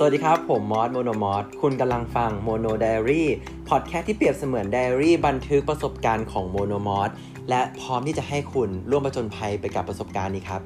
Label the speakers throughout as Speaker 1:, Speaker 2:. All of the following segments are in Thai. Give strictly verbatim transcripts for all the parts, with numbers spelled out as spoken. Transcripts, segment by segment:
Speaker 1: วัสดีครับผมมอสโมโนมอสคุณกำลังฟังโมโนไดอารี่พอดแคสต์ที่เปรียบเสมือนไดอารี่บันทึกประสบการณ์ของโมโนมอสและพร้อมที่จะให้คุณร่วมผจญภัยไปกับประสบการณ์นี้ครับ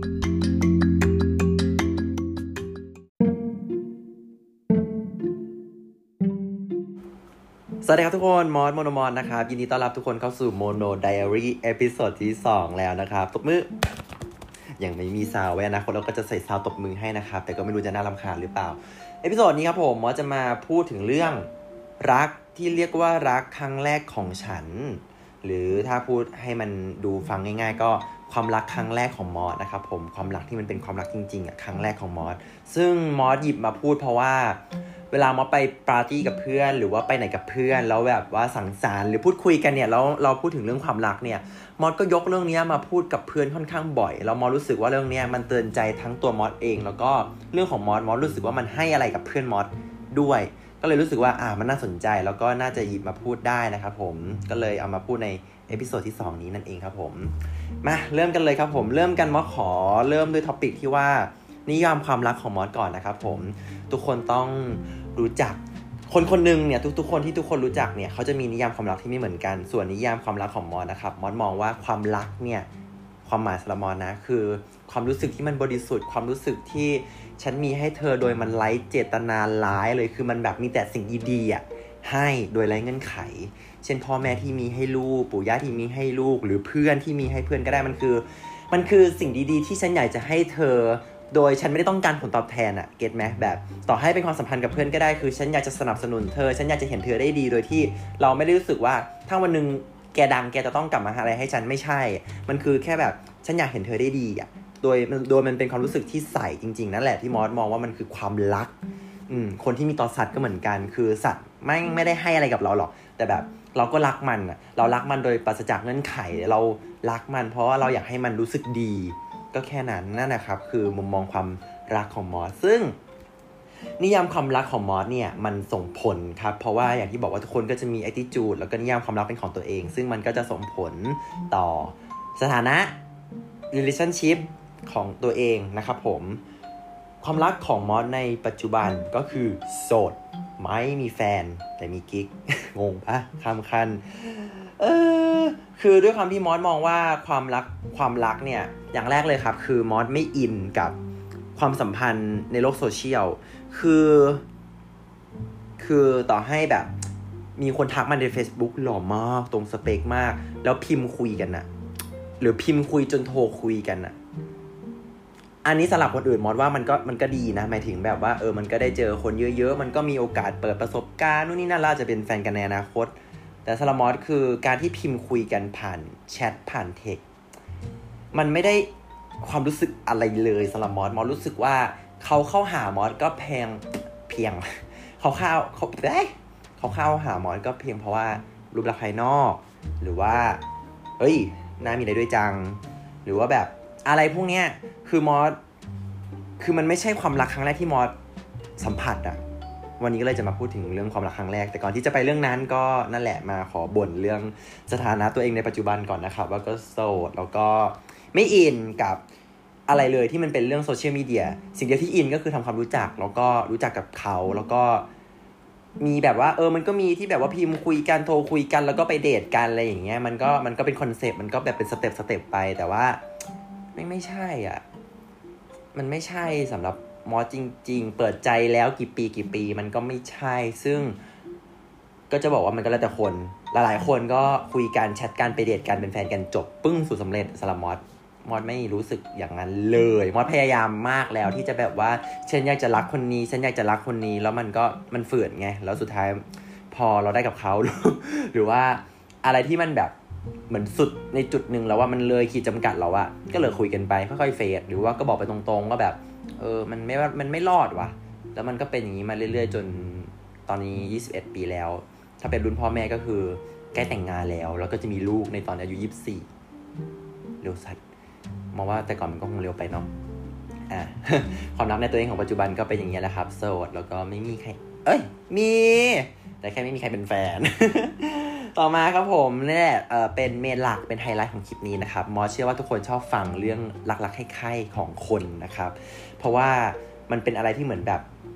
Speaker 1: สวัสดีครับทุกคนมอสโมโนมอสนะครับยินดีต้อนรับทุกคนเข้าสู่โมโนไดอารี่เอพิโซดที่สองแล้วนะครับตบมือยังไม่มีซาวไว้นะคนเราก็จะใส่ซาวตบมือให้นะครับแต่ก็ไม่รู้จะน่ารำคาญหรือเปล่าเอพิโซดนี้ครับผมมอสจะมาพูดถึงเรื่องรักที่เรียกว่ารักครั้งแรกของฉันหรือถ้าพูดให้มันดูฟังง่ายๆก็ความรักครั้งแรกของมอสนะครับผมความรักที่มันเป็นความรักจริงๆอ่ะครั้งแรกของมอสซึ่งมอสหยิบมาพูดเพราะว่าเวลามอสไปปาร์ตี้กับเพื่อนหรือว่าไปไหนกับเพื่อนแล้วแบบว่าสังสรรค์หรือพูดคุยกันเนี่ยแล้วเราพูดถึงเรื่องความรักเนี่ยมอสก็ยกเรื่องนี้มาพูดกับเพื่อนค่อนข้างบ่อยแล้วมอสรู้สึกว่าเรื่องนี้มันเตือนใจทั้งตัวมอสเองแล้วก็เรื่องของมอสมอสรู้สึกว่ามันให้อะไรกับเพื่อนมอสด้วยก็เลยรู้สึกว่าอ่ามันน่าสนใจแล้วก็น่าจะหยิบมาพูดได้นะครับผมก็เลยเอามาพูดในเอพิโซดที่สองนี้นั่นเองครับผมมาเริ่มกันเลยครับผมเริ่มกันมอสขอเริ่มด้วยท็อปิกที่ว่านิยามความรักของมอสก่อนนะครับผมทุกคนต้องรู้จักคนคนนึงเนี่ยทุกๆคนที่ทุกคนรู้จักเนี่ยเขาจะมีนิยามความรักที่ไม่เหมือนกันส่วนนิยามความรักของมอสนะครับมอสมองว่าความรักเนี่ยความหมายสำหรับมอสนะคือความรู้สึกที่มันบริสุทธิ์ความรู้สึกที่ฉันมีให้เธอโดยมันไร้เจตนาร้ายเลยคือมันแบบมีแต่สิ่งดีๆอ่ะให้โดยไร้เงื่อนไขเช่นพ่อแม่ที่มีให้ลูกปู่ย่าที่มีให้ลูกหรือเพื่อนที่มีให้เพื่อนก็ได้มันคือมันคือสิ่งดีๆที่ฉันอยากจะให้เธอโดยฉันไม่ได้ต้องการผลตอบแทนอะเก็ทไหมแบบต่อให้เป็นความสัมพันธ์กับเพื่อนก็ได้คือฉันอยากจะสนับสนุนเธอฉันอยากจะเห็นเธอได้ดีโดยที่เราไม่ได้รู้สึกว่าถ้าวันนึงแกดังแกจะต้องกลับมาอะไรให้ฉันไม่ใช่มันคือแค่แบบฉันอยากเห็นเธอได้ดีอะโดยโดยมันเป็นความรู้สึกที่ใส่จริงๆนั่นแหละที่มอสมองว่ามันคือความรักอืมคนที่มีต่อสัตว์ก็เหมือนกันคือสัตว์ไม่ไม่ได้ให้อะไรกับเราหรอกแต่แบบเราก็รักมันอะเรารักมันโดยปราศจากเงื่อนไขเรารักมันเพราะว่าเราอยากให้มันรู้สึกดีก็แค่นั้นนั่นนะครับคือมุมมองความรักของมอสซึ่งนิยามความรักของมอสเนี่ยมันส่งผลครับเพราะว่าอย่างที่บอกว่าทุกคนก็จะมี attitude แล้วก็นิยามความรักเป็นของตัวเองซึ่งมันก็จะส่งผลต่อสถานะ relationship ของตัวเองนะครับผมความรักของมอสในปัจจุบันก็คือโสดไม่มีแฟนแต่มีกิ๊ก งงปะคำคันเออคือด้วยความที่มอสมองว่าความรักความรักเนี่ยอย่างแรกเลยครับคือมอสไม่อินกับความสัมพันธ์ในโลกโซเชียลคือคือต่อให้แบบมีคนทักมาใน Facebook หล่อมากตรงสเปคมากแล้วพิมพ์คุยกันน่ะหรือพิมพ์คุยจนโทรคุยกันน่ะอันนี้สำหรับคนอื่นมอสว่ามันก็มันก็ดีนะหมายถึงแบบว่าเออมันก็ได้เจอคนเยอะๆมันก็มีโอกาสเปิดประสบการณ์นู่นนี่นั่นเราจะเป็นแฟนกันในอนาคตแต่สำหรับมอสคือการที่พิมพ์คุยกันผ่านแชทผ่านเทคมันไม่ได้ความรู้สึกอะไรเลยสำหรับมอสมอสรู้สึกว่าเขาเข้าหามอสก็เพียงเพียงเขาเข้าเขาเอ้ยเขาเข้าหามอสก็เพียงเพราะว่ารูปลักษณ์ภายนอกหรือว่าเฮ้ยน่ามีอะไรด้วยจังหรือว่าแบบอะไรพวกเนี้ยคือมอสคือมันไม่ใช่ความรักครั้งแรกที่มอสสัมผัสอะวันนี้ก็เลยจะมาพูดถึงเรื่องความรักครั้งแรกแต่ก่อนที่จะไปเรื่องนั้นก็นั่นแหละมาขอบ่นเรื่องสถานะตัวเองในปัจจุบันก่อนนะครับว่าก็โสดแล้วก็ไม่อินกับอะไรเลยที่มันเป็นเรื่องโซเชียลมีเดียสิ่งเดียวที่อินก็คือทำความรู้จักแล้วก็รู้จักกับเขาแล้วก็มีแบบว่าเออมันก็มีที่แบบว่าพิมพ์คุยกันโทรคุยกันแล้วก็ไปเดทกันอะไรอย่างเงี้ยมันก็มันก็เป็นคอนเซปต์มันก็แบบเป็นสเต็ปสเต็ปไปแต่ว่าไม่ไม่ใช่อ่ะมันไม่ใช่สำหรับมอสจริงๆเปิดใจแล้วกี่ปีกี่ปีมันก็ไม่ใช่ซึ่งก็จะบอกว่ามันก็แล้วแต่คนหลายๆคนก็คุยกันแชทกันไปเดทกันเป็นแฟนกันจบปึ้งสุดสำเร็จสำหรับมอสมอสไม่รู้สึกอย่างนั้นเลยมอสพยายามมากแล้วที่จะแบบว่าฉันอยากจะรักคนนี้ฉันอยากจะรักคนนี้แล้วมันก็มันฝืนไงแล้วสุดท้ายพอเราได้กับเขา หรือว่าอะไรที่มันแบบเหมือนสุดในจุดนึงแล้วว่ามันเลยขีดจำกัดเราอะก็เลยคุยกันไปค่อยๆเฟดหรือว่าก็บอกไปตรงๆว่าแบบเออมันไม่มันไม่รอดว่ะแล้วมันก็เป็นอย่างนี้มาเรื่อยๆจนตอนนี้ยี่สิบเอ็ดปีแล้วถ้าเป็นรุ่นพ่อแม่ก็คือใกล้แต่งงานแล้วแล้วก็จะมีลูกในตอนอายุยี่สิบสี่เร็วสัตว์มองว่าแต่ก่อนมันก็คงเร็วไปเนาะอ่า ความรักในตัวเองของปัจจุบันก็เป็นอย่างนี้แหละครับโสดแล้วก็ไม่มีใครเอ้ยมีแต่แค่ไม่มีใครเป็นแฟน ต่อมาครับผมนี่แหละเอ่อเป็นเมนหลักเป็นไฮไลท์ของคลิปนี้นะครับมอสเชื่อว่าทุกคนชอบฟังเรื่องรักๆใคร่ๆของคนนะครับเพราะว่ามันเป็นอะไรที่เหมือนแบบ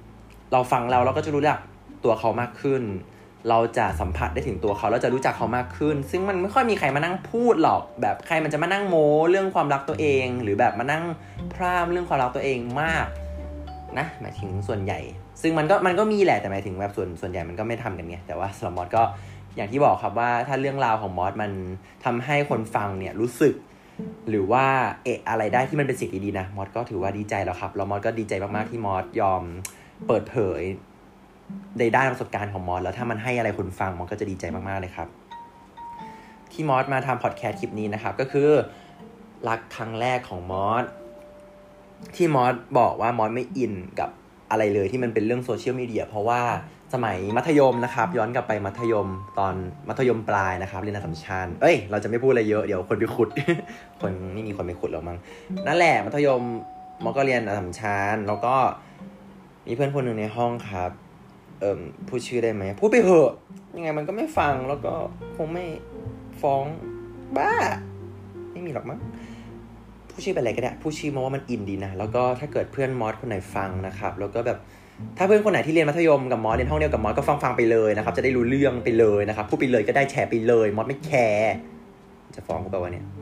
Speaker 1: เราฟังเราเราก็จะรู้จักตัวเขามากขึ้นเราจะสัมผัสได้ถึงตัวเขาเราจะรู้จักเขามากขึ้นซึ่งมันไม่ค่อยมีใครมานั่งพูดหรอกแบบใครมันจะมานั่งโม้เรื่องความรักตัวเองหรือแบบมานั่งพร่ำเรื่องความรักตัวเองมากนะหมายถึงส่วนใหญ่ซึ่งมันก็มันก็มีแหละแต่หมายถึงแบบส่วนส่วนใหญ่มันก็ไม่ทำกันไงแต่ว่าสำหรับมอสก็อย่างที่บอกครับว่าถ้าเรื่องราวของมอสมันทำให้คนฟังเนี่ยรู้สึกหรือว่าเอะอะไรได้ที่มันเป็นสิ่งดีๆนะมอสก็ถือว่าดีใจแล้วครับแล้วมอสก็ดีใจมากๆที่มอสยอมเปิดเผยในด้านประสบการณ์ของมอสแล้วถ้ามันให้อะไรคนฟังมอสก็จะดีใจมากๆเลยครับที่มอสมาทำพอดแคสต์คลิปนี้นะครับก็คือรักครั้งแรกของมอสที่มอสบอกว่ามอสไม่อินกับอะไรเลยที่มันเป็นเรื่องโซเชียลมีเดียเพราะว่าสมัยมัธยมนะครับย้อนกลับไปมัธยมตอนมัธยมปลายนะครับเรียนอัสสัมชัญเอ้ยเราจะไม่พูดอะไรเยอะเดี๋ยวคนไปขุด คนไม่มีคนไปขุดหรอกมั้งนั่นแหละมัธยมมอสก็เรียนอัสสัมชัญแล้วก็มีเพื่อนคนหนึ่งในห้องครับเอ่อพูดชื่อได้ไหมพูดไปเถอะยังไงมันก็ไม่ฟังแล้วก็คงไม่ฟ้องบ้าไม่มีหรอกมั้งผู้ชื่อเป็นอะไรก็ได้ผู้ชื่อมาว่ามันอินดีนะแล้วก็ถ้าเกิดเพื่อนมอสคนไหนฟังนะครับแล้วก็แบบถ้าเพื่อนคนไหนที่เรียนมัธยมกับมอสเรียนห้องเดียวกับมอสก็ฟังฟังไปเลยนะครับจะได้รู้เรื่องไปเลยนะครับพูดไปเลยก็ได้แชร์ไปเลยมอสไม่แคร์จะฟ้องกูเปล่าวะเนี่ย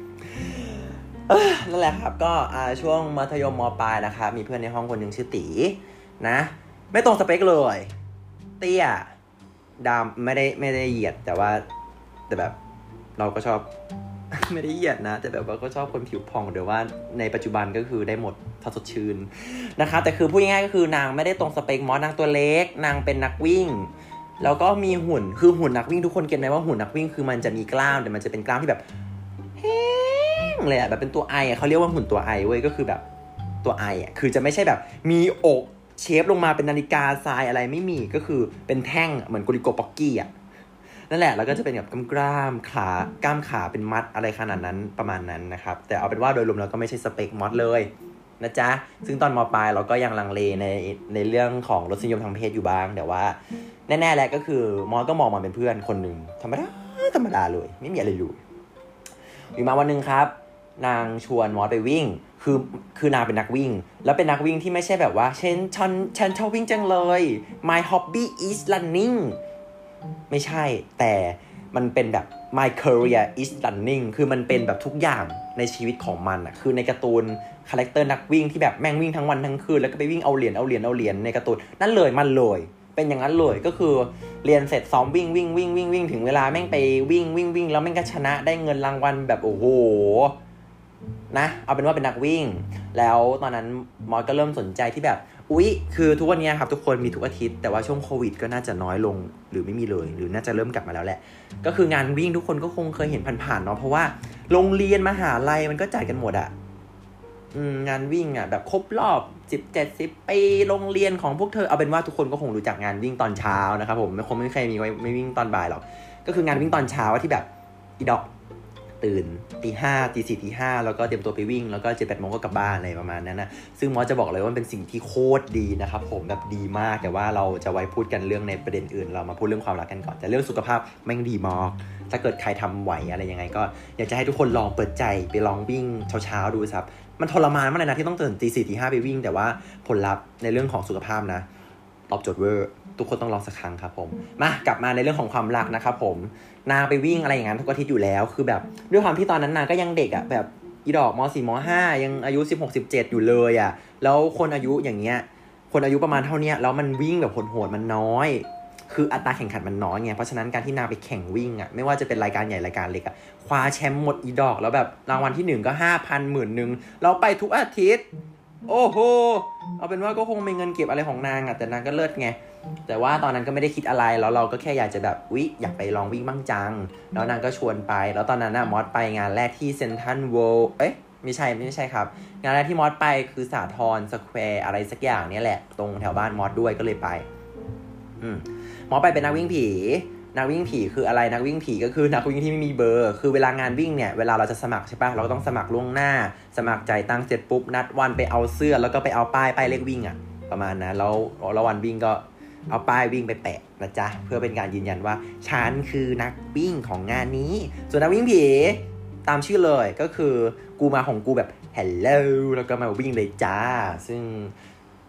Speaker 1: นั่นแหละครับก็ช่วงมัธยมมปลายนะครับมีเพื่อนในห้องคนหนึ่งชื่อตีนะไม่ตรงสเปคเลยเตี้ยดำไม่ได้ไม่ได้เหยียดแต่ว่าแต่แบบเราก็ชอบ ไม่ได้เหยียดนะแต่แบบว่าก็ชอบคนผิวผ่องเดี๋ยวว่าในปัจจุบันก็คือได้หมดถ้าสดชื่นนะคะแต่คือพูดง่ายๆก็คือนางไม่ได้ตรงสเปคมอสนางตัวเล็กนางเป็นนักวิ่งแล้วก็มีหุ่นคือหุ่นนักวิ่งทุกคนเก็ตไหมว่าหุ่นนักวิ่งคือมันจะมีกล้ามแต่มันจะเป็นกล้ามที่แบบแห้งเลยอ่ะแบบเป็นตัวไออ่ะเขาเรียกว่าหุ่นตัวไอเว้ยก็คือแบบตัวไออ่ะคือจะไม่ใช่แบบมีอกเชฟลงมาเป็นนาฬิกาทรายอะไรไม่มีก็คือเป็นแท่งเหมือนโกริโกป๊อกกี้อ่ะนั่นแหละแล้วก็จะเป็นแบบกล้ามขากล้ามขาเป็นมัดอะไรขนาดนั้นประมาณนั้นนะครับแต่เอาเป็นว่าโดยรวมเราก็ไม่ใช่สเปคมอสเลยนะจ๊ะซึ่งตอนม.ปลายเราก็ยังลังเลในในเรื่องของรสนิยมทางเพศอยู่บ้างแต่ว่าแน่ๆแหละก็คือมอสก็มองมันเป็นเพื่อนคนหนึ่งธรรมดาธรรมดาเลยไม่มีอะไรเลยอยู่มาวันนึงครับนางชวนมอสไปวิ่งคือคือนางเป็นนักวิ่งแล้วเป็นนักวิ่งที่ไม่ใช่แบบว่าเช่นฉันฉันชอบวิ่งจังเลย my hobby is runningไม่ใช่แต่มันเป็นแบบ my career is running คือมันเป็นแบบทุกอย่างในชีวิตของมันอ่ะคือในการ์ตูนคาแรคเตอร์นักวิ่งที่แบบแม่งวิ่งทั้งวันทั้งคืนแล้วก็ไปวิ่งเอาเหรียญเอาเหรียญเอาเหรียญในการ์ตูนนั่นเลยมันเลยเป็นอย่างนั้นเลยก็คือเรียนเสร็จซ้อมวิ่งวิ่งวิ่งวิ่งวิ่งถึงเวลาแม่งไปวิ่งวิ่งวิ่งแล้วแม่งก็ชนะได้เงินรางวัลแบบโอ้โหนะเอาเป็นว่าเป็นนักวิ่งแล้วตอนนั้นมอสก็เริ่มสนใจที่แบบอุ๊ยคือทุกวันนี้ครับทุกคนมีทุกอาทิตย์แต่ว่าช่วงโควิดก็น่าจะน้อยลงหรือไม่มีเลยหรือน่าจะเริ่มกลับมาแล้วแหละก็คืองานวิ่งทุกคนก็คงเคยเห็นผ่านๆเนาะเพราะว่าโรงเรียนมหาลัยมันก็จ่ายกันหมดอะอืมงานวิ่งอะแบบครบรอบสิบ เจ็ดสิบปีโรงเรียนของพวกเธอเอาเป็นว่าทุกคนก็คงรู้จักงานวิ่งตอนเช้านะครับผมไม่คงไม่เคยมีไว้ไม่วิ่งตอนบ่ายหรอกก็คืองานวิ่งตอนเช้าที่แบบอีดอกตื่นตีห้าตีสี่ตีห้าแล้วก็เตรียมตัวไปวิ่งแล้วก็เจ็ดแปดโมงก็กลับบ้านอะไรประมาณนั้นนะซึ่งมอสจะบอกเลยว่ามันเป็นสิ่งที่โคตรดีนะครับผมแบบดีมากแต่ว่าเราจะไว้พูดกันเรื่องในประเด็นอื่นเรามาพูดเรื่องความรักกันก่อนแต่เรื่องสุขภาพแม่งดีมากถ้าเกิดใครทำไหวอะไรยังไงก็อยากจะให้ทุกคนลองเปิดใจไปลองวิ่งเช้าๆดูครับมันทรมานมากเลยนะที่ต้องตื่นตีสี่ตีห้าไปวิ่งแต่ว่าผลลัพธ์ในเรื่องของสุขภาพนะตอบโจทย์เวอร์ทุกคนต้องลองสักครั้งครับผมมากลับมาในเรื่องของความรักนะครับผมนางไปวิ่งอะไรอย่างนั้นทุกอาทิตย์อยู่แล้วคือแบบด้วยความที่ตอนนั้นนางก็ยังเด็กอ่ะแบบอีดอกม.สี่ ม.ห้ายังอายุสิบหก สิบเจ็ดอยู่เลยอ่ะแล้วคนอายุอย่างเงี้ยคนอายุประมาณเท่านี้แล้วมันวิ่งแบบโหดๆมันน้อยคืออัตราแข่งขันมันน้อยไงเพราะฉะนั้นการที่นางไปแข่งวิ่งอ่ะไม่ว่าจะเป็นรายการใหญ่รายการเล็กอ่ะคว้าแชมป์หมดอีดอกแล้วแบบรางวัลที่หนึ่งก็ ห้าพัน หมื่นนึงเราไปทุกอาทิตย์โอ้โหเอาเป็นว่าก็คงมีเงินเก็บอะไรของนางอ่ะแต่นางก็เลิศไงแต่ว่าตอนนั้นก็ไม่ได้คิดอะไรแล้วเราก็แค่อยากจะแบบอุ๊ยอยากไปลองวิ่งบ้างจังแล้วนางก็ชวนไปแล้วตอนนั้นน่ะมอสไปงานแรกที่เซ็นทรัลเวิลด์เอ๊ะไม่ใช่ไม่ใช่ครับงานแรกที่มอสไปคือสาทรสแควร์อะไรสักอย่างเนี่ยแหละตรงแถวบ้านมอสด้วยก็เลยไปอืมมอสไปเป็นนักวิ่งผีนักวิ่งผีคืออะไรนักวิ่งผีก็คือนักวิ่งที่ไม่มีเบอร์คือเวลางานวิ่งเนี่ยเวลาเราจะสมัครใช่ปะเราก็ต้องสมัครล่วงหน้าสมัครจ่ายตังค์เสร็จปุ๊บนัดวันไปเอาเสื้อแล้วก็ไปเอาป้ายป้ายเลขวิ่งอ่ะประมาณนั้นแล้วแล้ววันวิ่งก็เอาป้ายวิ่งไปแปะนะจ๊ะเพื่อเป็นการยืนยันว่าฉันคือนักวิ่งของงานนี้ส่วนนักวิ่งผีตามชื่อเลยก็คือกูมาของกูแบบ hello แล้วก็มาวิ่งเลยจ้าซึ่ง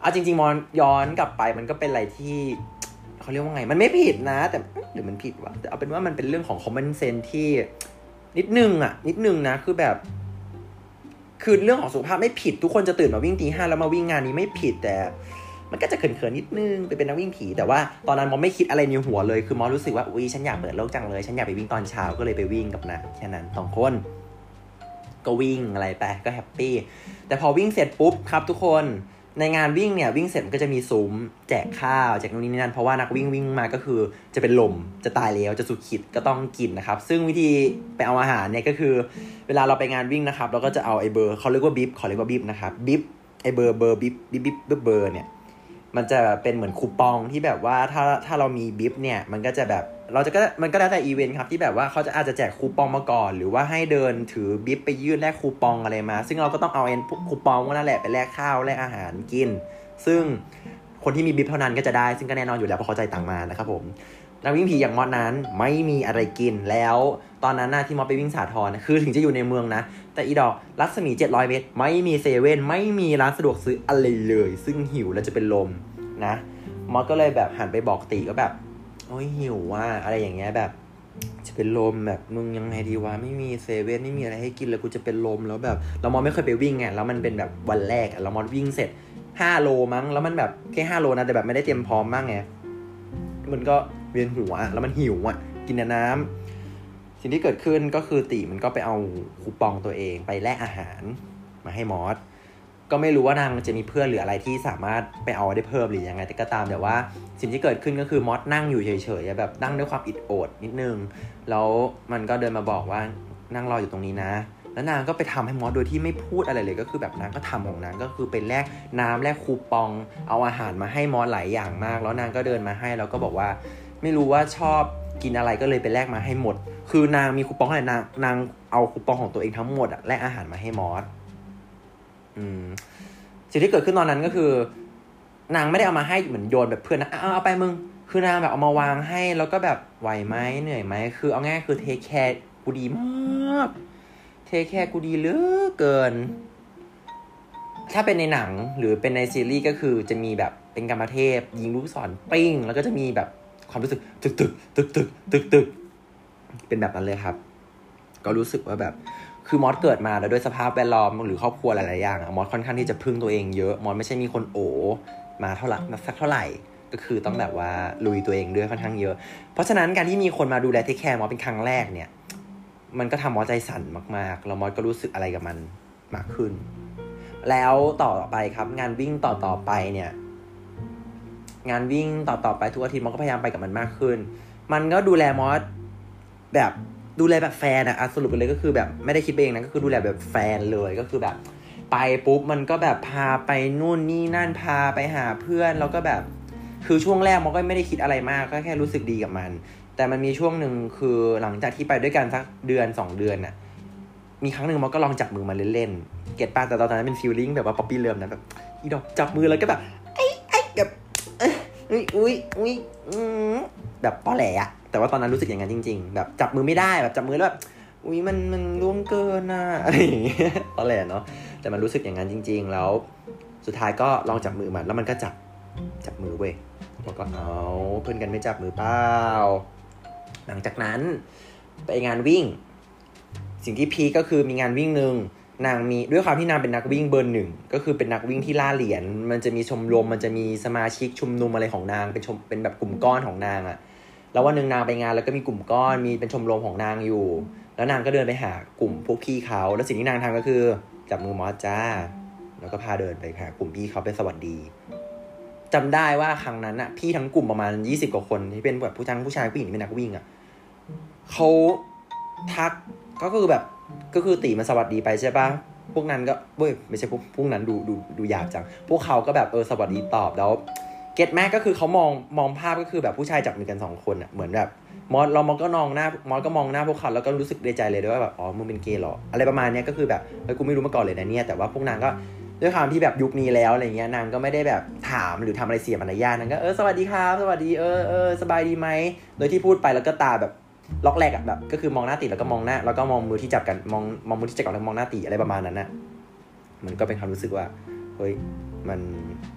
Speaker 1: เอาจริงๆมอนย้อนกลับไปมันก็เป็นอะไรที่เขาเรียกว่าไงมันไม่ผิดนะแต่หรือมันผิดวะแต่เอาเป็นว่ามันเป็นเรื่องของ common sense ที่นิดนึงอ่ะนิดนึงนะคือแบบคือเรื่องของสุขภาพไม่ผิดทุกคนจะตื่นมาวิ่งตีห้าแล้วมาวิ่งงานนี้ไม่ผิดแต่มันก็จะเขินๆนิดนึงไปเป็นนักวิ่งผีแต่ว่าตอนนั้นมอไม่คิดอะไรในหัวเลยคือมอรู้สึกว่าอุ๊ยฉันอยากเปิดโลกจังเลยฉันอยากไปวิ่งตอนเช้าก็เลยไปวิ่งกับนะแค่นั้นสองคนก็วิ่งอะไรไปก็แฮปปี้แต่พอวิ่งเสร็จปุ๊บครับทุกคนในงานวิ่งเนี่ยวิ่งเสร็จมันก็จะมีซุ้มแจกข้าวแจกนู่นนี่นั่นเพราะว่านักวิ่งวิ่งมาก็คือจะเป็นลมจะตายแล้วจะสุดขีดก็ต้องกินนะครับซึ่งวิธีไปเอาอาหารเนี่ยก็คือเวลาเราไปงานวิ่งนะครับเราก็จะเอาไอ้เบอร์เขาเรียกว่าบิ๊บขอเรียกว่าบิ๊บนะครับบิ๊บไอ้เบอร์เบอร์บิ๊บบิ๊บบิ๊บเบอร์เนี่ยมันจะเป็นเหมือนคูปองที่แบบว่าถ้าถ้าเรามีบิ๊บเนี่ยมันก็จะแบบเราจะก็มันก็แล้วแต่อีเวนต์ครับที่แบบว่าเขาจะอาจจะแจกคูปองมาก่อนหรือว่าให้เดินถือบิ๊บไปยื่นแลกคูปองอะไรมาซึ่งเราก็ต้องเอาเอ็นคูปองนั่นแหละไปแลกข้าวแลกอาหารกินซึ่งคนที่มีบิ๊บเท่านั้นก็จะได้ซึ่งก็แน่นอนอยู่แล้วเพราะเขาจ่ายตังค์มานะครับผมนักวิ่งผีอย่างมอสนั้นไม่มีอะไรกินแล้วตอนนั้นน่ะที่มอสไปวิ่งสาทรคือถึงจะอยู่ในเมืองนะแต่อีดอกรัศมีเจ็ดร้อยเมตรไม่มีเซเว่นไม่มีร้านสะดวกซื้ออะไรเลยซึ่งหิวแล้วจะเป็นลมนะมอสก็เลยแบบหันไปบอกตีก็แบบโอ้ยหิวว่ะอะไรอย่างเงี้ยแบบจะเป็นลมแบบมึงยังไงดีวะไม่มีเซเว่นไม่มีอะไรให้กินเลยกูจะเป็นลมแล้วแบบเรามอสไม่เคยไปวิ่งไงแล้วมันเป็นแบบวันแรกเรามอสวิ่งเสร็จห้าโลมั้งแล้วมันแบบแค่ห้าโลนะแต่แบบไม่ได้เตรียมพร้อมมากไงมันก็เวียนหัวแล้วมันหิวอ่ะกินน้ำสิ่งที่เกิดขึ้นก็คือตีมันก็ไปเอาคูปองตัวเองไปแลกอาหารมาให้มอสก็ไม่รู้ว่านางจะมีเพื่อนหรืออะไรที่สามารถไปเอาได้เพิ่มหรือยังไงแต่ก็ตามแต่ว่าสิ่งที่เกิดขึ้นก็คือมอสนั่งอยู่เฉยๆแบบนั่งด้วยความอิดโอดนิดนึงแล้วมันก็เดินมาบอกว่านั่งรออยู่ตรงนี้นะแล้วนางก็ไปทำให้มอสโดยที่ไม่พูดอะไรเลยก็คือแบบนางก็ทำของนางก็คือไปแลกน้ำแลกคูปองเอาอาหารมาให้มอสหลายอย่างมากแล้วนางก็เดินมาให้แล้วก็บอกว่าไม่รู้ว่าชอบกินอะไรก็เลยไปแลกมาให้หมดคือนางมีคูปองอะไรนางนางเอาคูปองของตัวเองทั้งหมดอะแลกอาหารมาให้มอสอืมสิ่งที่เกิดขึ้นตอนนั้นก็คือนางไม่ได้เอามาให้เหมือนโยนแบบเพื่อนนะเอาเอาไปมึงคือนางแบบเอามาวางให้แล้วก็แบบไหวไหมเหนื่อยไหมคือเอาง่ายคือเทคแคร์กูดีมากเทคแคร์กูดีเหลือเกินถ้าเป็นในหนังหรือเป็นในซีรีส์ก็คือจะมีแบบเป็นกรรมเทพยิงลูกศรปิ้งแล้วก็จะมีแบบความรู้สึกตึกตึกตึกตึกตึกตึกเป็นแบบนั้นเลยครับก็รู้สึกว่าแบบคือมอสเกิดมาแล้วด้วยสภาพแวดล้อมหรือครอบครัวหลายๆอย่างอะมอสค่อนข้างที่จะพึ่งตัวเองเยอะมอสไม่ใช่มีคนโอ๋มาเท่าไหร่สักเท่าไหร่ก็คือต้องแบบว่าลุยตัวเองด้วยค่อนข้างเยอะเพราะฉะนั้นการที่มีคนมาดูแลเทคแคร์มอสเป็นครั้งแรกเนี่ยมันก็ทำมอสใจสั่นมากๆแล้วมอสก็รู้สึกอะไรกับมันมากขึ้นแล้วต่อไปครับงานวิ่งต่อต่อไปเนี่ยงานวิ่งต่อต่อไปทุกอาทิตย์มอสก็พยายามไปกับมันมากขึ้นมันก็ดูแลมอสแบบดูแลแบบแฟนอะสรุปไปเลยก็คือแบบไม่ได้คิดเองนะก็คือดูแลแบบแฟนเลยก็คือแบบไปปุ๊บมันก็แบบพาไปนู่นนี่นั่นพาไปหาเพื่อนแล้วก็แบบคือช่วงแรกมันก็ไม่ได้คิดอะไรมากก็แค่รู้สึกดีกับมันแต่มันมีช่วงหนึ่งคือหลังจากที่ไปด้วยกันสักเดือนสองเดือนน่ะมีครั้งหนึ่งมันก็ลองจับมือมาเล่นๆเก็ตป่ะแต่ตอนนั้นเป็นฟีลลิ่งแบบว่าป๊อปปี้เลิฟนะแบบอีดอกจับมือแล้วก็แบบไอ้ไอ้แบบอุ้ยอุ้ยอุ้ยแบบป้อแหลอะแต่ว่าตอนนั้นรู้สึกอย่างนั้นจริงๆแบบจับมือไม่ได้แบบจับมือแล้วแบบอุ้ยมันมันล่วงเกินน่ะอะไรอย่างเงี้ยป้อแหลเนาะแต่มันรู้สึกอย่างนั้นจริงๆแล้วสุดท้ายก็ลองจับมือมันแล้วมันก็จับจับมือเว้ยแล้วก็เอาเพื่อนกันไม่จับมือเปล่าหลังจากนั้นไปงานวิ่งสิ่งที่พีคก็คือมีงานวิ่งนึงนางมีด้วยความที่นางเป็นนักวิ่งเบอร์หนึ่งก็คือเป็นนักวิ่งที่ล่าเหรียญมันจะมีชมรมมันจะมีสมาชิกชุมนุมอะไรของนางเป็นชมเป็นแบบกลุ่มก้อนของนางอะแล้ววันนึงนางไปงานแล้วก็มีกลุ่มก้อนมีเป็นชมรมของนางอยู่แล้วนางก็เดินไปหากลุ่มพวกพี่เขาแล้วสิ่งที่นางทำก็คือจับมือมอสจ้าแล้วก็พาเดินไปหากลุ่มพี่เขาไปสวัสดีจำได้ว่าครั้งนั้นอะพี่ทั้งกลุ่มประมาณยี่สิบกว่าคนที่เป็นแบบผู้ชายผู้ชายผู้หญิงที่เป็นนักวิ่งอะเขาทักก็คือแบบก็คือตีมันสวัสดีไปใช่ปะพวกนั้นก็เว้ยไม่ใช่พวกพวกนั้นดูดูดูหยาบจังพวกเขาก็แบบเออสวัสดีตอบแล้วเก็ตแม็กก็คือเขามองมองภาพก็คือแบบผู้ชายจับมือกันสองคนอ่ะเหมือนแบบมอสเรามองก็นองหน้ามอสก็มองหน้าพวกเขาแล้วก็รู้สึกในใจเลยด้วยว่าแบบอ๋อมึงเป็นเกย์หรออะไรประมาณนี้ก็คือแบบเฮ้ยกูไม่รู้มาก่อนเลยนะเนี่ยแต่ว่าพวกนางก็ด้วยความที่แบบยุคนี้แล้วอะไรเงี้ยนางก็ไม่ได้แบบถามหรือทำอะไรเสียมารยาทนางก็เออสวัสดีครับสวัสดีเออเออสบายดีไหมโดยที่พูดไปแล้วก็ตาแบบล็อกแรกอ่ะแบบก็คือมองหน้าตีแล้วก็มองหน้าแล้วก็มองมือที่จับกันมองมองมือที่จับกันแล้วมองหน้าตีอะไรประมาณนั้นน่ะมันก็เป็นความรู้สึกว่าเฮ้ยมัน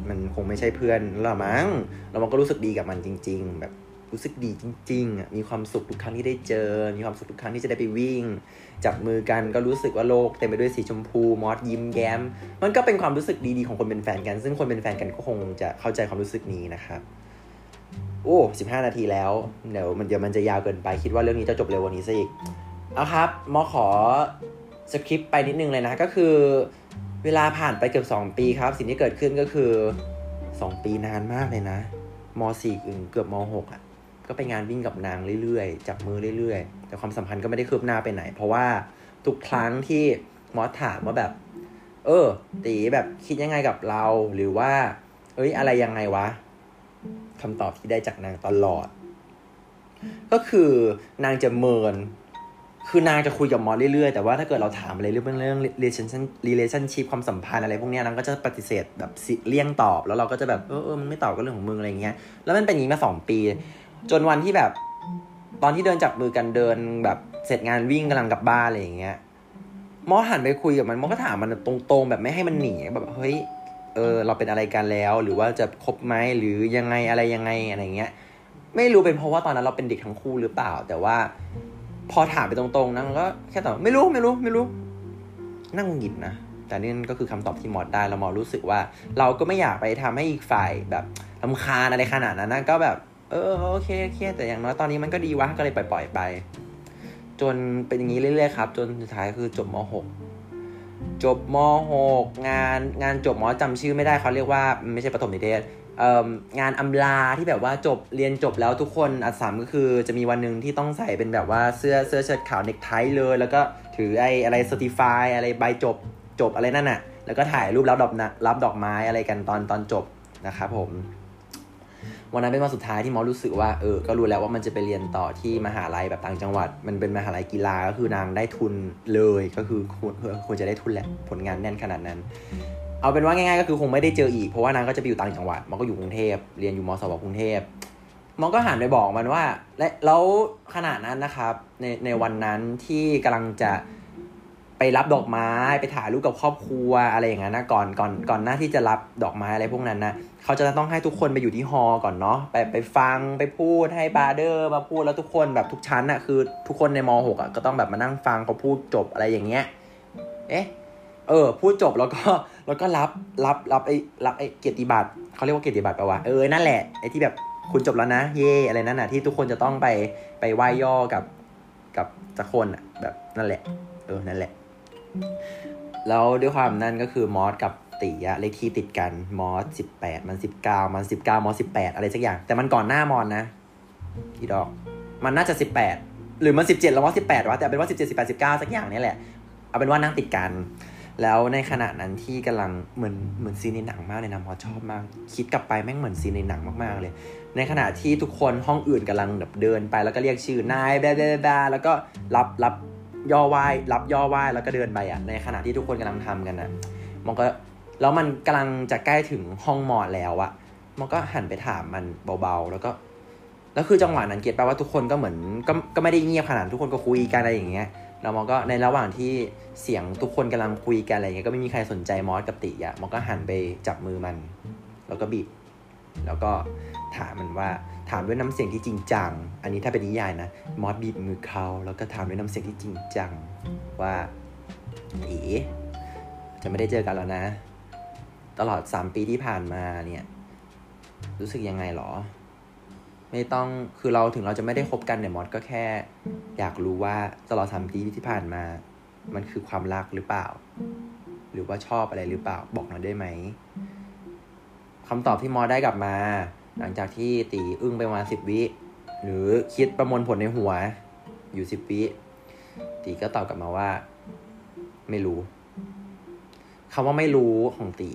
Speaker 1: มันคงไม่ใช่เพื่อนแล้วมั้งแล้วมันก็รู้สึกดีกับมันจริงๆแบบรู้สึกดีจริงๆอ่ะมีความสุขทุกครั้งที่ได้เจอมีความสุขทุกครั้งที่จะได้ไปวิ่งจับมือกันก็รู้สึกว่าโลกเต็มไปด้วยสีชมพูมอสยิ้มแย้มมันก็เป็นความรู้สึกดีๆของคนเป็นแฟนกันซึ่งคนเป็นแฟนกันก็คงจะเข้าใจความรู้สึกนี้นะครับโอ้สิบห้านาทีแล้วเดี๋ยวมันเดี๋ยวมันจะยาวเกินไปคิดว่าเรื่องนี้จะจบเร็วกว่านี้ซะอีกเอาครับมอขอสคริปต์ไปนิดนึงเลยนะก็คือเวลาผ่านไปเกือบสองปีครับสิ่งที่เกิดขึ้นก็คือสองปีนานมากเลยนะมอสี่ถึงเกือบมอหกอ่ะก็ไปงานวิ่งกับนางเรื่อยๆจับมือเรื่อยๆแต่ความสัมพันธ์ก็ไม่ได้คืบหน้าไปไหนเพราะว่าทุกครั้งที่มอสถามว่าแบบเออตีแบบคิดยังไงกับเราหรือว่าเอ้ยอะไรยังไงวะคำตอบที่ได้จากนางตลอดก็คือนางจะเมินคือนางจะคุยกับมอสเรื่อยๆแต่ว่าถ้าเกิดเราถามอะไรเรื่องเรื่อง relationship relationship ความสัมพันธ์อะไรพวกนี้นางก็จะปฏิเสธแบบเลี่ยงตอบแล้วเราก็จะแบบเออเออมันไม่ตอบก็เรื่องของมึงอะไรเงี้ยแล้วมันเป็นอย่างนี้มาสองปีจนวันที่แบบตอนที่เดินจับมือกันเดินแบบเสร็จงานวิ่งกำลังกลับบ้านอะไรอย่างเงี้ยมอสหันไปคุยกับมันมอสก็ถามมันตรงๆแบบไม่ให้มันหนีแบบเฮ้ยเออเราเป็นอะไรกันแล้วหรือว่าจะคบไหมหรือยังไงอะไรยังไงอะไรเงี้ยไม่รู้เป็นเพราะว่าตอนนั้นเราเป็นเด็กทั้งคู่หรือเปล่าแต่ว่าพอถามไปตรงๆนั่งก็แค่ตอบไม่รู้ไม่รู้ไม่รู้นั่งหงิดนะแต่นี่ก็คือคำตอบที่มอสได้แล้วมอสรู้สึกว่าเราก็ไม่อยากไปทำให้อีกฝ่ายแบบรำคาญอะไรขนาดนั้นนะก็แบบเออโอเคโอเคแต่อย่างน้อยตอนนี้มันก็ดีวะก็เลยปล่อยๆไปจนเป็นอย่างนี้เรื่อยๆครับจนสุดท้ายคือจบมหกจบมหกงานงานจบมอสจำชื่อไม่ได้เขาเรียกว่าไม่ใช่ประถมนิเทศเอ่องานอำลาที่แบบว่าจบเรียนจบแล้วทุกคนอัดสามก็คือจะมีวันนึงที่ต้องใส่เป็นแบบว่าเสื้อเสื้อเชิ้ตขาวเนคไทเลยแล้วก็ถือไอ้อะไรเซอร์ติฟายอะไรใบจบจบอะไรนั่นน่ะแล้วก็ถ่ายรูปรับดอกนะรับดอกไม้อะไรกันตอนตอนจบนะครับผมวันนั้นเป็นวันสุดท้ายที่มอสรู้สึกว่าเออก็รู้แล้วว่ามันจะไปเรียนต่อที่มหาลัยแบบต่างจังหวัดมันเป็นมหาลัยกีฬาก็คือนางได้ทุนเลยก็คือควรควรจะได้ทุนแหละผลงานแน่นขนาดนั้นเอาเป็นว่าง่ายๆก็คือคงไม่ได้เจออีกเพราะว่านางก็จะไปอยู่ต่างจังหวัดมันก็อยู่กรุงเทพเรียนอยู่มสวกรุงเทพมันก็หันไปบอกมันว่าและแล้วขนาดนั้นนะครับในในวันนั้นที่กำลังจะไปรับดอกไม้ไปถ่ายรูปกับครอบครัวอะไรอย่างนั้นนะก่อนก่อนก่อนหน้าที่จะรับดอกไม้อะไรพวกนั้นนะเขาจะต้องให้ทุกคนไปอยู่ที่ฮอลล์ก่อนเนาะไปไปฟังไปพูดให้บาร์เดอร์มาพูดแล้วทุกคนแบบทุกชั้นอ่ะคือทุกคนในมหกอ่ะก็ต้องแบบมานั่งฟังเขาพูดจบอะไรอย่างเงี้ยเอ๊ะเออพูดจบแล้วก็แล้วก็รับรับรับไอ้รับไอ้เกียรติบัตรเขาเรียกว่าเกียรติบัตรป่าววะเออนั่นแหละไอ้ที่แบบคุณจบแล้วนะเย่อะไรนั่นน่ะที่ทุกคนจะต้องไปไปไหว้ย่อกับกับสักคนอ่ะแบบนั่นแหละเออนั่นแหละแล้วด้วยความนั่นก็คือมอสกับตีอะเลขที่ติดกันมอสสิบแปดมันสิบเก้ามันสิบเก้ามอสสิบแปดอะไรสักอย่างแต่มันก่อนหน้ามอนนะอีดอกมันน่าจะสิบแปดหรือมันสิบเจ็ดแล้วมอสสิบแปดวะแต่เป็นว่าสิบเจ็ด สิบแปด สิบเก้าสักอย่างนี่แหละเอาเป็นว่านั่งติดกันแล้วในขณะนั้นที่กำลังเหมือนเหมือนซีนในหนังมากเลยนะมอสชอบมากคิดกลับไปแม่งเหมือนซีนในหนังมากๆเลยในขณะที่ทุกคนห้องอื่นกำลังแบบเดินไปแล้วก็เรียกชื่อนายแบแบแบแล้วก็รับรับย่อไหว้รับย่อไหว้แล้วก็เดินไปอ่ะในขณะที่ทุกคนกำลังทำกันนะมันก็แล้วมันกำลังจะใกล้ถึงห้องมอดแล้วอะมันก็หันไปถามมันเบาๆแล้วก็แล้วคือจังหวะนั้นเก็ทป่ะว่าทุกคนก็เหมือนก็ก็ไม่ได้เงียบขนาดทุกคนก็คุยกันอะไรอย่างเงี้ยแล้วมันก็ในระหว่างที่เสียงทุกคนกำลังคุยกันอะไรอย่างเงี้ยก็ไม่มีใครสนใจมอสกับติอะมันก็หันไปจับมือมันแล้วก็บีบแล้วก็ถามมันว่าถามด้วยน้ำเสียงที่จริงจังอันนี้ถ้าเป็นนิยายนะมอสบีบมือเขาแล้วก็ถามด้วยน้ำเสียงที่จริงจังว่าติจะไม่ได้เจอกันแล้วนะตลอดสามปีที่ผ่านมาเนี่ยรู้สึกยังไงหรอไม่ต้องคือเราถึงเราจะไม่ได้คบกันเนี่ยมอสก็แค่อยากรู้ว่าตลอดสามปีที่ผ่านมามันคือความรักหรือเปล่าหรือว่าชอบอะไรหรือเปล่าบอกหน่อยได้ไหมคำตอบที่มอสได้กลับมาหลังจากที่ตีอึ้งไปประมาณสิบวิหรือคิดประมวลผลในหัวอยู่สิบวิตีก็ตอบกลับมาว่าไม่รู้คำว่าไม่รู้ของตี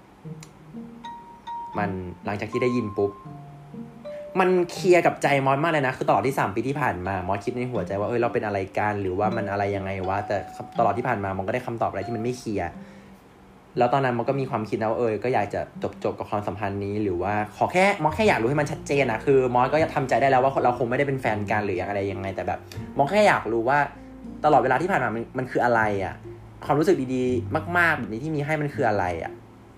Speaker 1: มันหลังจากที่ได้ยินปุ๊บมันเคลียร์กับใจมอสมากเลยนะคือตลอดที่สามปีที่ผ่านมามอสคิดในหัวใจว่าเอ้ยเราเป็นอะไรกันหรือว่ามันอะไรยังไงวะแต่ตลอดที่ผ่านมามันก็ได้คำตอบอะไรที่มันไม่เคลียร์แล้วตอนนั้นมันก็มีความคิดนะว่าเออก็อยากจะจบจบกับความสัมพันธ์นี้หรือว่าขอแค่มอสแค่อยากรู้ให้มันชัดเจนนะคือมอสก็ทำใจได้แล้วว่าเราคงไม่ได้เป็นแฟนกันหรืออะไรยังไงแต่แบบมอสแค่อยากรู้ว่าตลอดเวลาที่ผ่านมามันมันคืออะไรอ่ะความรู้สึกดีๆมากๆแบบนี้ที่มีให้มันคืออะไรอ่ะ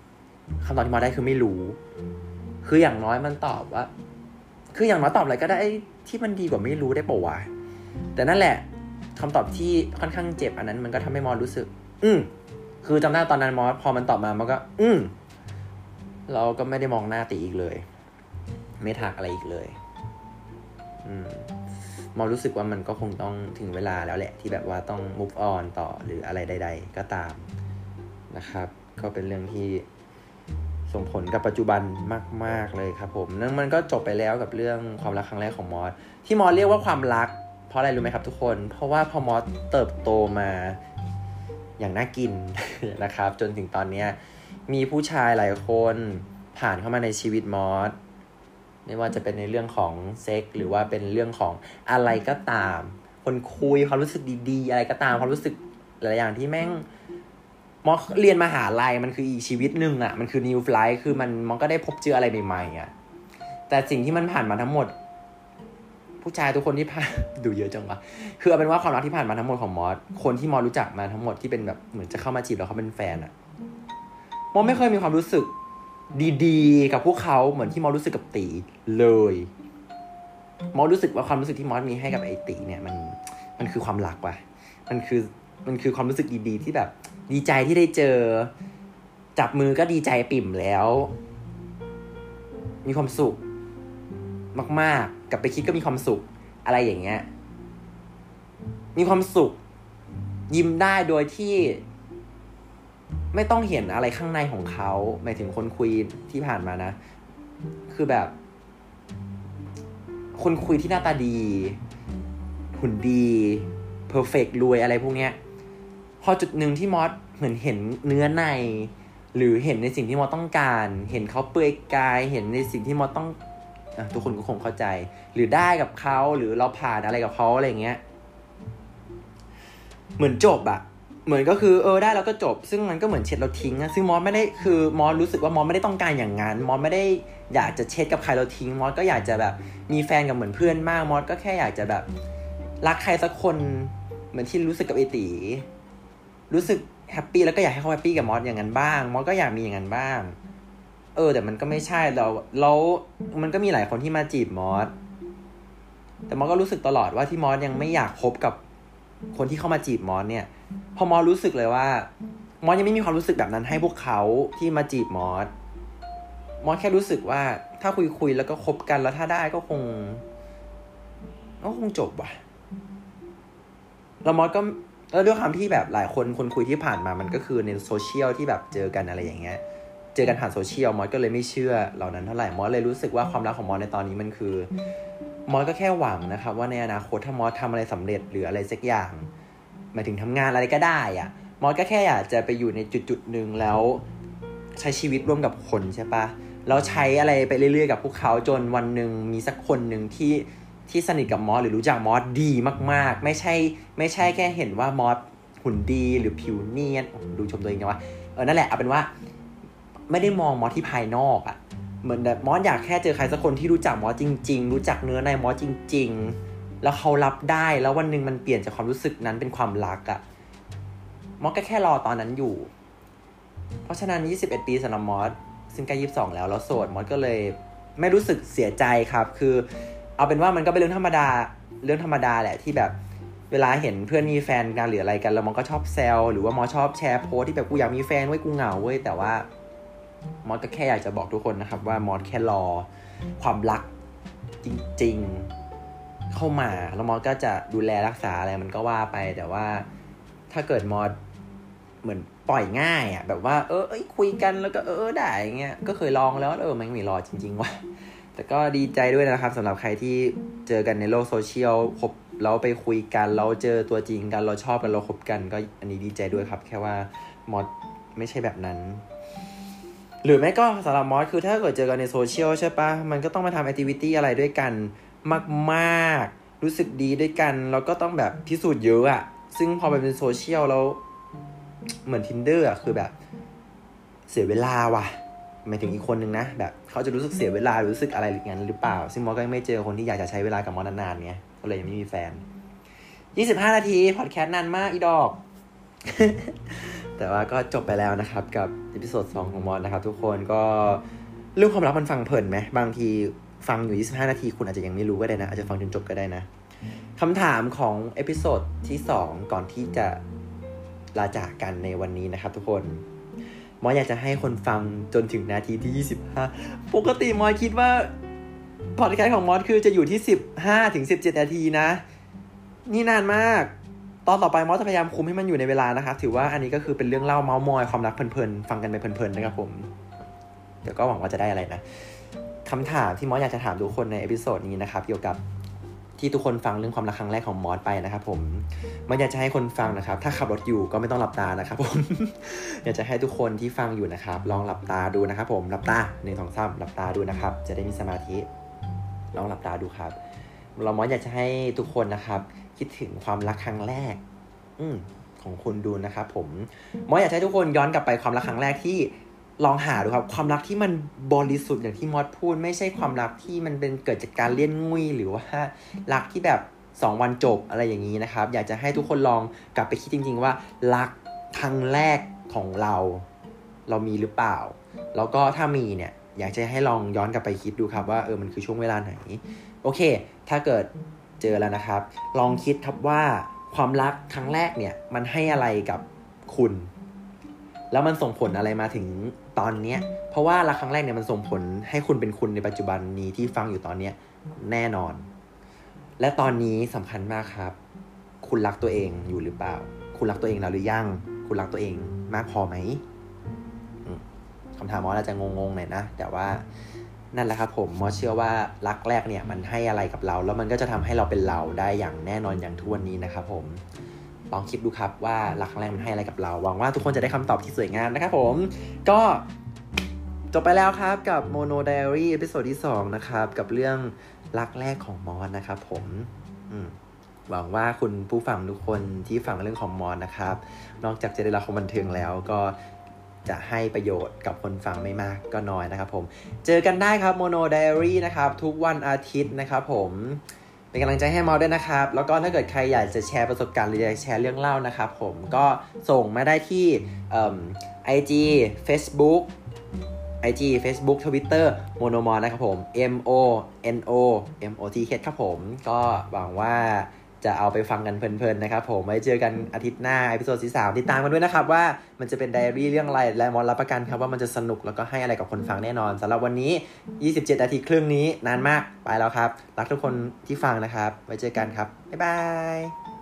Speaker 1: คำตอบที่มอสได้คือไม่รู้คืออย่างน้อยมันตอบว่าคืออย่างน้อยตอบอะไรก็ได้ที่มันดีกว่าไม่รู้ได้ป่าววะแต่นั่นแหละคำตอบที่ค่อนข้างเจ็บอันนั้นมันก็ทำให้มอสรู้สึกอืมคือจำได้ตอนนั้นมอสพอมันตอบมามันก็อืมเราก็ไม่ได้มองหน้าตีอีกเลยไม่ทักอะไรอีกเลยอืมมอสรู้สึกว่ามันก็คงต้องถึงเวลาแล้วแหละที่แบบว่าต้อง move on ต่อหรืออะไรใดๆก็ตามนะครับก็เป็นเรื่องที่ส่งผลกับปัจจุบันมากๆเลยครับผมนั่นมันก็จบไปแล้วกับเรื่องความรักครั้งแรกของมอสที่มอสเรียกว่าความรักเพราะอะไรรู้ไหมครับทุกคนเพราะว่าพอมอสเติบโตมาอย่างน่ากิน นะครับจนถึงตอนนี้มีผู้ชายหลายคนผ่านเข้ามาในชีวิตมอสไม่ว่าจะเป็นในเรื่องของเซ็กหรือว่าเป็นเรื่องของอะไรก็ตามคนคุยความรู้สึกดีๆอะไรก็ตามความรู้สึกหลายอย่างที่แม่งมอสเรียนมหาลัยมันคืออีกชีวิตหนึ่งอ่ะมันคือ new life คือมันมันก็ได้พบเจออะไรใหม่ๆอ่ะแต่สิ่งที่มันผ่านมาทั้งหมดผู้ชายทุกคนที่ผ่าน ดูเยอะจังวะคือเอาเป็นว่าความรักที่ผ่านมาทั้งหมดของมอสคนที่มอสรู้จักมาทั้งหมดที่เป็นแบบเหมือนจะเข้ามาจีบแล้วเขาเป็นแฟนอ่ะมอสไม่เคยมีความรู้สึกดีๆกับพวกเขาเหมือนที่มอสรู้สึกกับตีเลยมอสรู้สึกว่าความรู้สึกที่มอสมีให้กับไอ้ตีเนี่ยมันมันคือความรักว่ะมันคือมันคือความรู้สึกดีๆที่แบบดีใจที่ได้เจอจับมือก็ดีใจปิ่มแล้วมีความสุขมากๆกลับไปคิดก็มีความสุขอะไรอย่างเงี้ยมีความสุขยิ้มได้โดยที่ไม่ต้องเห็นอะไรข้างในของเขาหมายถึงคนคุยที่ผ่านมานะคือแบบคนคุยที่หน้าตาดีหุ่นดีเพอร์เฟกต์รวยอะไรพวกเนี้ยพอจุดหนึ่งที่มอสเหมือนเห็นเนื้อในหรือเห็นในสิ่งที่มอสต้องการเห็นเขาเปลือยกายเห็นในสิ่งที่มอสต้องอ่ะทุกคนก็คงเข้าใจหรือได้กับเขาหรือเราผ่านอะไรกับเขาอะไรอย่างเงี้ยเหมือนจบอะเหมือนก็คือเออได้แล้วก็จบซึ่งมันก็เหมือนเช็ดเราทิ้งนะซึ่งมอสไม่ได้คือมอสรู้สึกว่ามอสไม่ได้ต้องการอย่างนั้นมอสไม่ได้อยากจะเช็ดกับใครเราทิ้งมอสก็อยากจะแบบมีแฟนกับเหมือนเพื่อนมากมอสก็แค่อยากจะแบบรักใครสักคนเหมือนที่รู้สึกกับไอตีรู้สึกแฮปปี้แล้วก็อยากให้เขาแฮปปี้กับมอสอย่างนั้นบ้างมอสก็อยากมีอย่างนั้นบ้างเออแต่มันก็ไม่ใช่เราแล้วมันก็มีหลายคนที่มาจีบมอสแต่มอสก็รู้สึกตลอดว่าที่มอสยังไม่อยากคบกับคนที่เข้ามาจีบมอสเนี่ยพอมอสรู้สึกเลยว่ามอสยังไม่มีความรู้สึกแบบนั้นให้พวกเขาที่มาจีบมอสมอสแค่รู้สึกว่าถ้าคุยคุยแล้วก็คบกันแล้วถ้าได้ก็คงก็คงจบว่ะแล้วมอสก็แล้วด้วยความที่แบบหลายคนคนคุยที่ผ่านมามันก็คือในโซเชียลที่แบบเจอกันอะไรอย่างเงี้ยเจอกันผ่านโซเชียลมอสก็เลยไม่เชื่อเหล่านั้นเท่าไหร่มอสเลยรู้สึกว่าความรักของมอสในตอนนี้มันคือมอสก็แค่หวังนะครับว่าในอนาคตถ้ามอสทำอะไรสำเร็จหรืออะไรสักอย่างหมายถึงทำงานอะไรก็ได้อะมอสก็แค่อยากจะไปอยู่ในจุดๆนึงแล้วใช้ชีวิตร่วมกับคนใช่ปะแล้วใช้อะไรไปเรื่อยๆกับพวกเขาจนวันนึงมีสักคนนึงที่ที่สนิทกับมอสหรือรู้จักมอสดีมากๆไม่ใช่ไม่ใช่แค่เห็นว่ามอสหุ่นดีหรือผิวเนียนดูชมตัวเองนะว่าเออนั่นแหละเอาเป็นว่าไม่ได้มองมอสที่ภายนอกอะเหมือนแบบมอสอยากแค่เจอใครสักคนที่รู้จักมอสจริงๆรู้จักเนื้อในมอสจริงๆแล้วเขารับได้แล้ววันนึงมันเปลี่ยนจากความรู้สึกนั้นเป็นความรักอะมอสก็แค่รอตอนนั้นอยู่เพราะฉะนั้นยี่สิบเอ็ดปีสำหรับมอสซึ่งใกล้ยี่สิบสองแล้วแล้วโสดมอสก็เลยไม่รู้สึกเสียใจครับคือเอาเป็นว่ามันก็เป็นเรื่องธรรมดาเรื่องธรรมดาแหละที่แบบเวลาเห็นเพื่อนมีแฟนกันหรืออะไรกันแล้วมอสก็ชอบแซวหรือว่ามอสชอบแชร์โพสที่แบบกูอยากมีแฟนเว้ยกูเหงาเว้ยแต่ว่ามอสก็แค่อยากจะบอกทุกคนนะครับว่ามอสแค่รอความรักจริงๆเข้ามาแล้วมอสก็จะดูแลรักษาอะไรมันก็ว่าไปแต่ว่าถ้าเกิดมอสเหมือนปล่อยง่ายอ่ะแบบว่าเออเอ้ยคุยกันแล้วก็เออได้อย่างเงี้ยก็เคยลองแล้วเออมันไม่รอจริงๆว่ะแต่ก็ดีใจด้วยนะครับสำหรับใครที่เจอกันในโลกโซเชียลคบแล้วไปคุยกันเราเจอตัวจริงกันเราชอบกันเราคบกันก็อันนี้ดีใจด้วยครับแค่ว่ามอสไม่ใช่แบบนั้นหรือไม่ก็สำหรับมอสคือถ้าเกิดเจอกันในโซเชียลใช่ปะมันก็ต้องมาทำแอคทิวิตี้อะไรด้วยกันมากๆรู้สึกดีด้วยกันแล้วก็ต้องแบบพิสูจน์เยอะอะซึ่งพอไปเป็นโซเชียลแล้วเหมือน Tinder อ่ะคือแบบเสียเวลาว่ะหมายถึงอีกคนนึงนะแบบเขาจะรู้สึกเสียเวลารู้สึกอะไรหรืองั้นหรือเปล่าซึ่งมอสก็ไม่เจอคนที่อยากจะใช้เวลากับมอสนานๆไงก็เลยยังไม่มีแฟนยี่สิบห้านาทีพอดแคสต์นานมากอีดอกแต่ว่าก็จบไปแล้วนะครับกับอีพิโซดสองของมอสนะครับทุกคนก็เรื่องความรักมันฟังเพลินไหมบางทีฟังอยู่ยี่สิบห้านาทีคุณอาจจะยังไม่รู้ก็ได้นะอาจจะฟังจนจบก็ได้นะคำถามของเอพิโซดที่สองก่อนที่จะลาจากกันในวันนี้นะครับทุกคนมอสอยากจะให้คนฟังจนถึงนาทีที่ยี่สิบห้าปกติมอสคิดว่าพอดแคสต์ของมอสคือจะอยู่ที่สิบห้าถึงสิบเจ็ดนาทีนะนี่นานมากตอนต่อไปมอสจะพยายามคุมให้มันอยู่ในเวลานะครับถือว่าอันนี้ก็คือเป็นเรื่องเล่าเม้ามอยความรักเพลินๆฟังกันไปเพลินๆนะครับผมเดี๋ยวก็หวังว่าจะได้อะไรนะคำถามที่มอสอยากจะถามทุกคนในเอพิโซดนี้นะครับเกี่ยวกับที่ทุกคนฟังเรื่องความรักครั้งแรกของมอสไปนะครับผมมอสอยากจะให้คนฟังนะครับถ้าขับรถอยู่ก็ไม่ต้องหลับตานะครับผม อยากจะให้ทุกคนที่ฟังอยู่นะครับลองหลับตาดูนะครับผมหลับตาหนึ่ง สอง สามหลับตาดูนะครับจะได้มีสมาธิลองหลับตาดูครับเรามอสอยากจะให้ทุกคนนะครับคิดถึงความรักครั้งแรกอืมของคุณดูนะครับผมมอสอยากให้ทุกคนย้อนกลับไปความรักครั้งแรกที่ลองหาดูครับความรักที่มันบริสุทธิ์อย่างที่มอสพูดไม่ใช่ความรักที่มันเป็นเกิดจากการเลี่ยนงุ้ยหรือว่ารักที่แบบสองวันจบอะไรอย่างนี้นะครับอยากจะให้ทุกคนลองกลับไปคิดจริงๆว่ารักครั้งแรกของเราเรามีหรือเปล่าแล้วก็ถ้ามีเนี่ยอยากจะให้ลองย้อนกลับไปคิดดูครับว่าเออมันคือช่วงเวลาไหนโอเคถ้าเกิดเจอแล้วนะครับลองคิดครับว่าความรักครั้งแรกเนี่ยมันให้อะไรกับคุณแล้วมันส่งผลอะไรมาถึงตอนเนี้ยเพราะว่ารักครั้งแรกเนี่ยมันส่งผลให้คุณเป็นคุณในปัจจุบันนี้ที่ฟังอยู่ตอนเนี้ยแน่นอนและตอนนี้สำคัญมากครับคุณรักตัวเองอยู่หรือเปล่าคุณรักตัวเองแล้วหรือยังคุณรักตัวเองมากพอไหมคำถามมอสอาจจะงงๆหน่อยนะแต่ว่านั่นแหละครับผมมอสเชื่อว่ารักแรกเนี่ยมันให้อะไรกับเราแล้วมันก็จะทำให้เราเป็นเราได้อย่างแน่นอนอย่างทุกวันนี้นะครับผมลองคิดดูครับว่ารักครั้งแรกมันให้อะไรกับเราหวังว่าทุกคนจะได้คำตอบที่สวยงามนะครับผมก็จบไปแล้วครับกับ Mono Diary เอพิโซดที่สองนะครับกับเรื่องรักแรกของมอสนะครับผมหวังว่าคุณผู้ฟังทุกคนที่ฟังเรื่องของมอสนะครับนอกจากจะได้รับความบันเทิงแล้วก็จะให้ประโยชน์กับคนฟังไม่มากก็น้อยนะครับผมเจอกันได้ครับ Mono Diary นะครับทุกวันอาทิตย์นะครับผมเป็นกำลังใจให้มอสด้วยนะครับแล้วก็ถ้าเกิดใครอยากจะแชร์ประสบการณ์หรืออยากแชร์เรื่องเล่านะครับผมก็ส่งมาได้ที่เอ่อ ไอ จี Facebook ไอ จี Facebook Twitter Monomod นะครับผม M O N O M O T H ครับผมก็หวังว่าจะเอาไปฟังกันเพลินๆนะครับผมไว้เจอกันอาทิตย์หน้าเอพิโซดที่สามติดตามกันด้วยนะครับว่ามันจะเป็นไดอารี่เรื่องอะไรและมอสรับประกันครับว่ามันจะสนุกแล้วก็ให้อะไรกับคนฟังแน่นอนสำหรับวันนี้ยี่สิบเจ็ดนาทีครึ่งนี้นานมากไปแล้วครับรักทุกคนที่ฟังนะครับไว้เจอกันครับบ๊ายบาย